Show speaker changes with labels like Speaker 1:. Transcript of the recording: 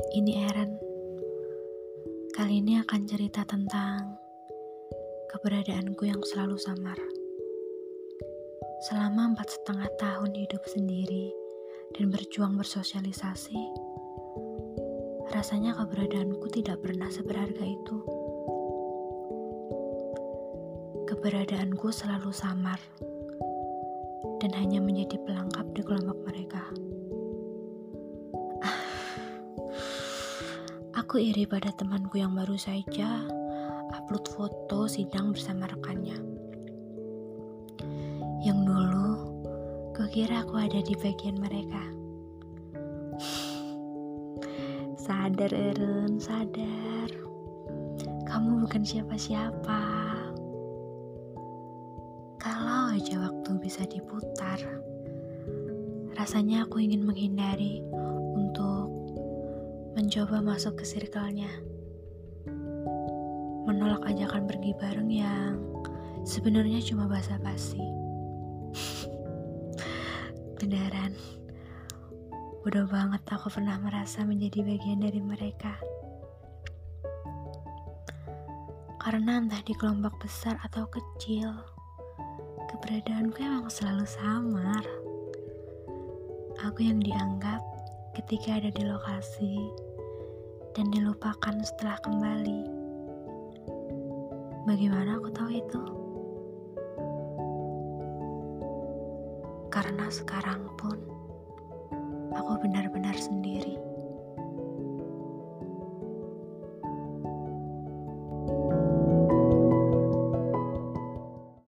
Speaker 1: Ini Eren. Kali ini akan cerita tentang keberadaanku yang selalu samar. Selama 4,5 tahun hidup sendiri dan berjuang bersosialisasi, rasanya keberadaanku tidak pernah seberharga itu. Keberadaanku selalu samar dan hanya menjadi pelengkap di kelompok mereka. Aku iri pada temanku yang baru saja upload foto sidang bersama rekannya. Yang dulu, kukira aku ada di bagian mereka. Sadar Eren, sadar. Kamu bukan siapa-siapa. Kalau aja waktu bisa diputar, rasanya aku ingin menghindari untuk mencoba masuk ke circle-nya. Menolak ajakan pergi bareng yang sebenarnya cuma basa-basi. Beneran, bodoh banget aku pernah merasa menjadi bagian dari mereka. Karena entah di kelompok besar atau kecil, keberadaanku emang selalu samar. Aku yang dianggap ketika ada di lokasi dan dilupakan setelah kembali. Bagaimana aku tahu itu? Karena sekarang pun aku benar-benar sendiri.